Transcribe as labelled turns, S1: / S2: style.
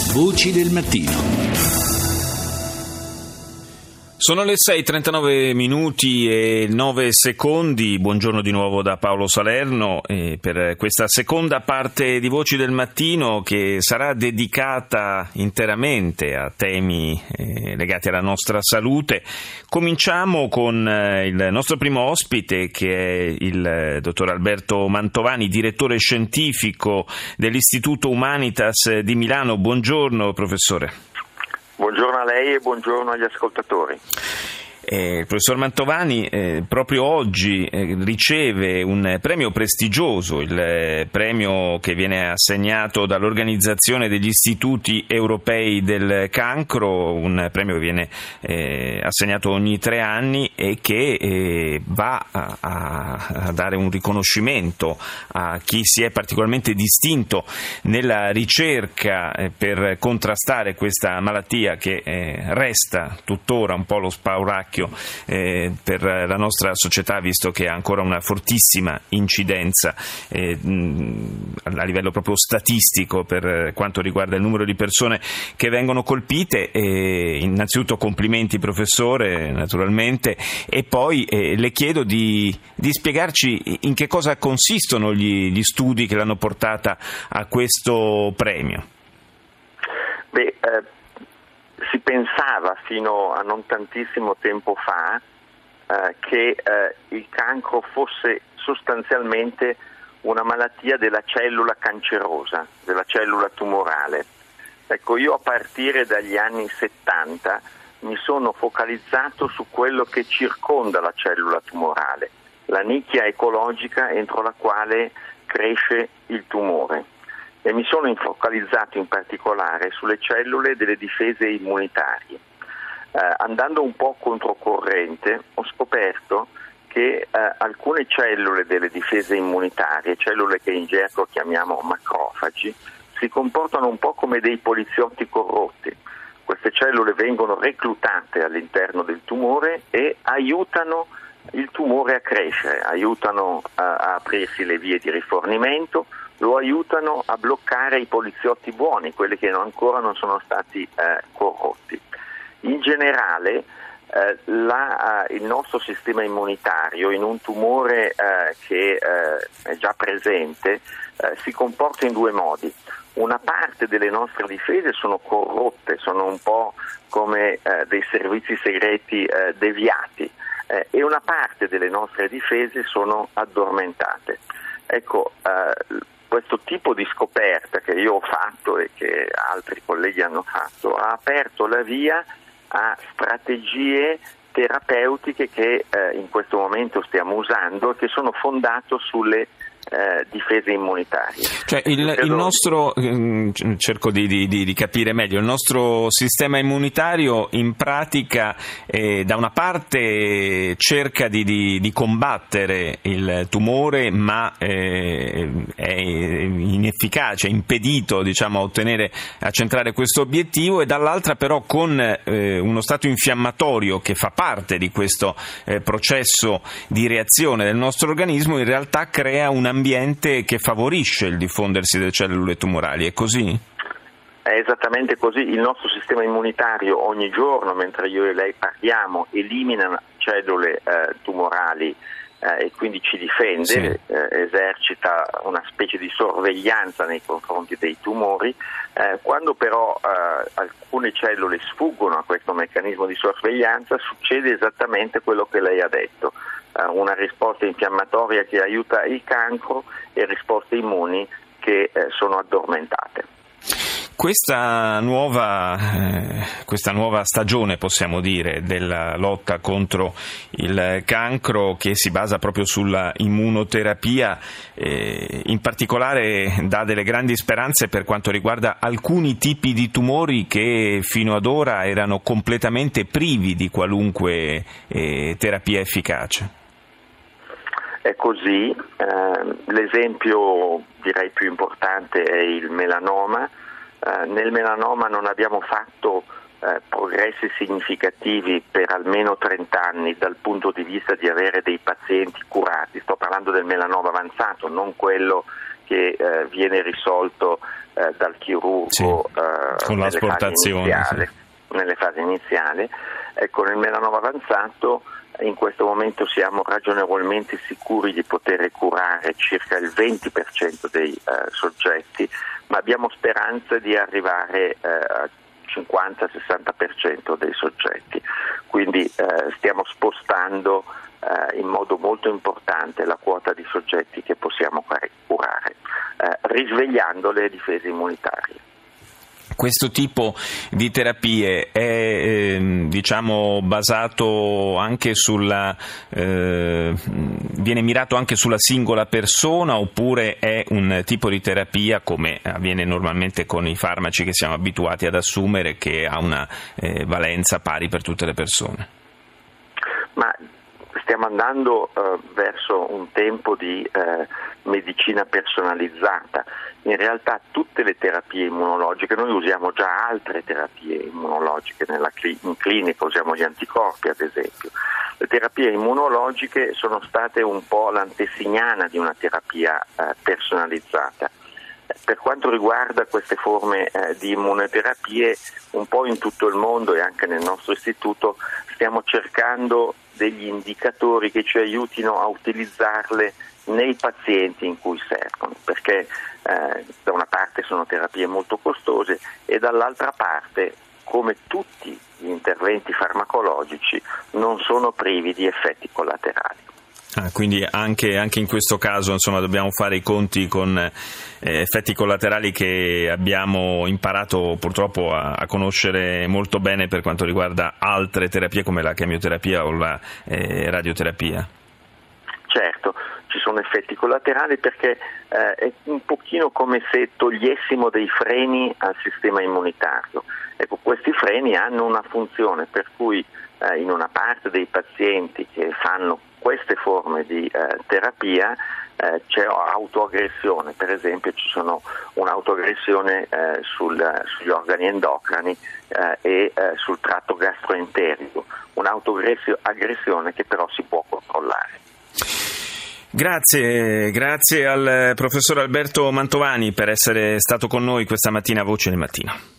S1: Voci del mattino.
S2: Sono le 6:39 minuti e 9 secondi. Buongiorno di nuovo da Paolo Salerno per questa seconda parte di Voci del Mattino, che sarà dedicata interamente a temi legati alla nostra salute. Cominciamo con il nostro primo ospite, che è il dottor Alberto Mantovani, direttore scientifico dell'Istituto Humanitas di Milano. Buongiorno professore.
S3: Buongiorno a lei e buongiorno agli ascoltatori.
S2: Il professor Mantovani proprio oggi riceve un premio prestigioso, il premio che viene assegnato dall'Organizzazione degli Istituti Europei del Cancro, un premio che viene assegnato ogni 3 anni e che va a dare un riconoscimento a chi si è particolarmente distinto nella ricerca per contrastare questa malattia che resta tuttora un po' lo spauracchio per la nostra società, visto che ha ancora una fortissima incidenza a livello proprio statistico per quanto riguarda il numero di persone che vengono colpite. Innanzitutto complimenti professore, naturalmente, e poi le chiedo di spiegarci in che cosa consistono gli studi che l'hanno portata a questo premio.
S3: Si pensava fino a non tantissimo tempo fa che il cancro fosse sostanzialmente una malattia della cellula cancerosa, della cellula tumorale. Ecco, io a partire dagli anni 70 mi sono focalizzato su quello che circonda la cellula tumorale, la nicchia ecologica entro la quale cresce il tumore. E mi sono focalizzato in particolare sulle cellule delle difese immunitarie. Andando un po' controcorrente, ho scoperto che alcune cellule delle difese immunitarie, cellule che in gergo chiamiamo macrofagi, si comportano un po' come dei poliziotti corrotti. Queste cellule vengono reclutate all'interno del tumore e aiutano il tumore a crescere, aiutano a aprirsi le vie di rifornimento, lo aiutano a bloccare i poliziotti buoni, quelli che ancora non sono stati corrotti. In generale il nostro sistema immunitario in un tumore che è già presente si comporta in 2 modi. Una parte delle nostre difese sono corrotte, sono un po' come dei servizi segreti deviati, e una parte delle nostre difese sono addormentate. Ecco, questo tipo di scoperta che io ho fatto e che altri colleghi hanno fatto ha aperto la via a strategie terapeutiche che in questo momento stiamo usando e che sono fondate sulle difese immunitarie.
S2: Cioè il nostro, cerco di capire meglio, il nostro sistema immunitario in pratica da una parte cerca di combattere il tumore, ma è inefficace, è impedito, diciamo, a centrare questo obiettivo, e dall'altra però con uno stato infiammatorio che fa parte di questo processo di reazione del nostro organismo, in realtà crea un ambiente che favorisce il diffondersi delle cellule tumorali. È così?
S3: È esattamente così. Il nostro sistema immunitario ogni giorno, mentre io e lei parliamo, elimina cellule tumorali e quindi ci difende, sì. Esercita una specie di sorveglianza nei confronti dei tumori. Quando però alcune cellule sfuggono a questo meccanismo di sorveglianza, succede esattamente quello che lei ha detto. Una risposta infiammatoria che aiuta il cancro e risposte immuni che sono addormentate.
S2: Questa nuova stagione, possiamo dire, della lotta contro il cancro, che si basa proprio sulla immunoterapia, in particolare dà delle grandi speranze per quanto riguarda alcuni tipi di tumori che fino ad ora erano completamente privi di qualunque terapia efficace.
S3: È così, l'esempio direi più importante è il melanoma. Nel melanoma non abbiamo fatto progressi significativi per almeno 30 anni dal punto di vista di avere dei pazienti curati. Sto parlando del melanoma avanzato, non quello che viene risolto dal chirurgo
S2: con l'asportazione
S3: nelle fasi iniziali. Ecco, nel melanoma avanzato in questo momento siamo ragionevolmente sicuri di poter curare circa il 20% dei soggetti, ma abbiamo speranza di arrivare al 50-60% dei soggetti, quindi stiamo spostando in modo molto importante la quota di soggetti che possiamo curare, risvegliando le difese immunitarie.
S2: Questo tipo di terapie è basato anche viene mirato anche sulla singola persona, oppure è un tipo di terapia, come avviene normalmente con i farmaci che siamo abituati ad assumere, che ha una valenza pari per tutte le persone?
S3: Ma stiamo andando verso un tempo di medicina personalizzata. In realtà tutte le terapie immunologiche, noi usiamo già altre terapie immunologiche in clinica, usiamo gli anticorpi ad esempio. Le terapie immunologiche sono state un po' l'antesignana di una terapia personalizzata. Per quanto riguarda queste forme di immunoterapie, un po' in tutto il mondo e anche nel nostro istituto stiamo cercando degli indicatori che ci aiutino a utilizzarle nei pazienti in cui servono, perché da una parte sono terapie molto costose e dall'altra parte, come tutti gli interventi farmacologici, non sono privi di effetti collaterali.
S2: Quindi anche in questo caso dobbiamo fare i conti con effetti collaterali che abbiamo imparato purtroppo a conoscere molto bene per quanto riguarda altre terapie come la chemioterapia o la radioterapia.
S3: Certo, ci sono effetti collaterali perché è un pochino come se togliessimo dei freni al sistema immunitario. Ecco, questi freni hanno una funzione per cui in una parte dei pazienti che fanno queste forme di terapia c'è autoaggressione, per esempio ci sono un'autoaggressione sugli organi endocrini e sul tratto gastroenterico, un'autoaggressione che però si può controllare.
S2: Grazie al professor Alberto Mantovani per essere stato con noi questa mattina a Voce del Mattino.